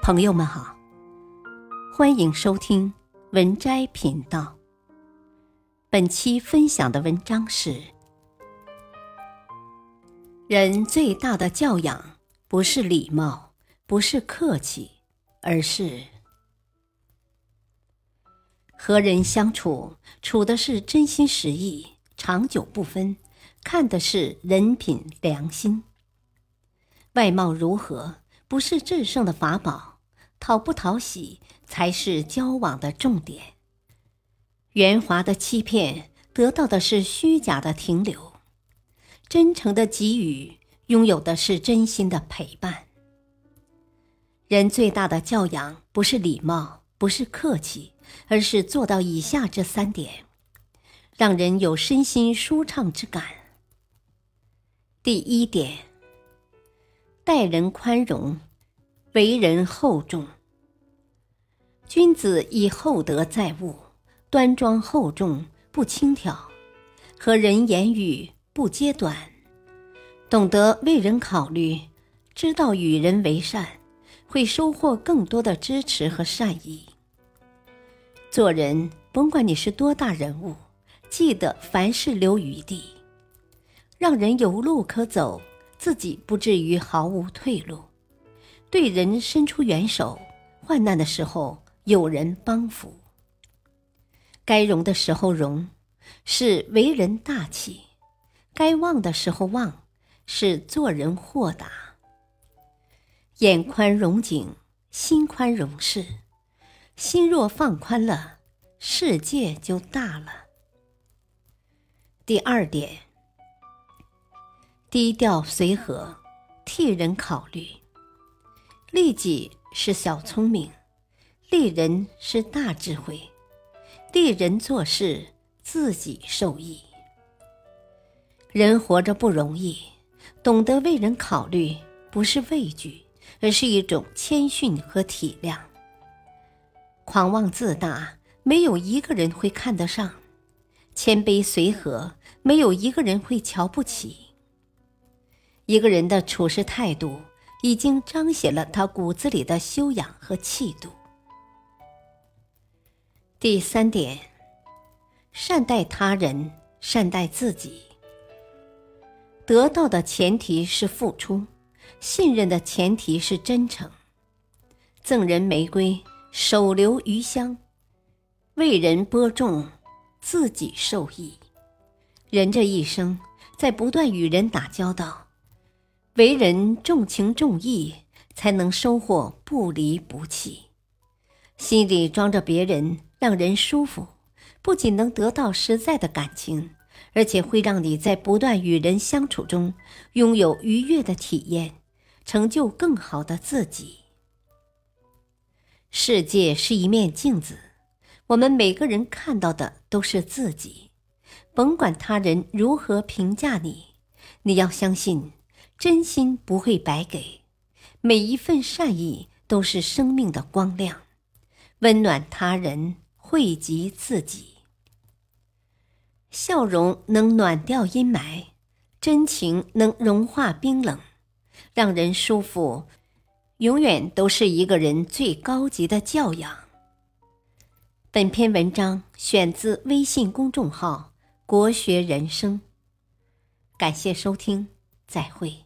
朋友们好，欢迎收听文摘频道。本期分享的文章是：人最大的教养不是礼貌，不是客气，而是和人相处，处的是真心实意，长久不分，看的是人品良心。外貌如何不是制胜的法宝，讨不讨喜才是交往的重点。圆滑的欺骗得到的是虚假的停留，真诚的给予拥有的是真心的陪伴。人最大的教养不是礼貌，不是客气，而是做到以下这3点，让人有身心舒畅之感。第1点，待人宽容，为人厚重。君子以厚德载物，端庄厚重，不轻佻，和人言语不揭短，懂得为人考虑，知道与人为善，会收获更多的支持和善意。做人甭管你是多大人物，记得凡事留余地，让人有路可走，自己不至于毫无退路。对人伸出援手，患难的时候有人帮扶。该容的时候容，是为人大气；该忘的时候忘，是做人豁达。眼宽容景，心宽容事。心若放宽了，世界就大了。第2点，低调随和，替人考虑。利己是小聪明，利人是大智慧。利人做事，自己受益。人活着不容易，懂得为人考虑，不是畏惧，而是一种谦逊和体谅。狂妄自大，没有一个人会看得上；谦卑随和，没有一个人会瞧不起。一个人的处事态度，已经彰显了他骨子里的修养和气度。第3点，善待他人，善待自己。得到的前提是付出，信任的前提是真诚。赠人玫瑰，手留余香。为人播种，自己受益。人这一生，在不断与人打交道，为人重情重义，才能收获不离不弃。心里装着别人，让人舒服，不仅能得到实在的感情，而且会让你在不断与人相处中拥有愉悦的体验，成就更好的自己。世界是一面镜子，我们每个人看到的都是自己。甭管他人如何评价你，你要相信，真心不会白给，每一份善意都是生命的光亮，温暖他人，惠及自己。笑容能暖掉阴霾，真情能融化冰冷，让人舒服，永远都是一个人最高级的教养。本篇文章选自微信公众号国学人生。感谢收听，再会。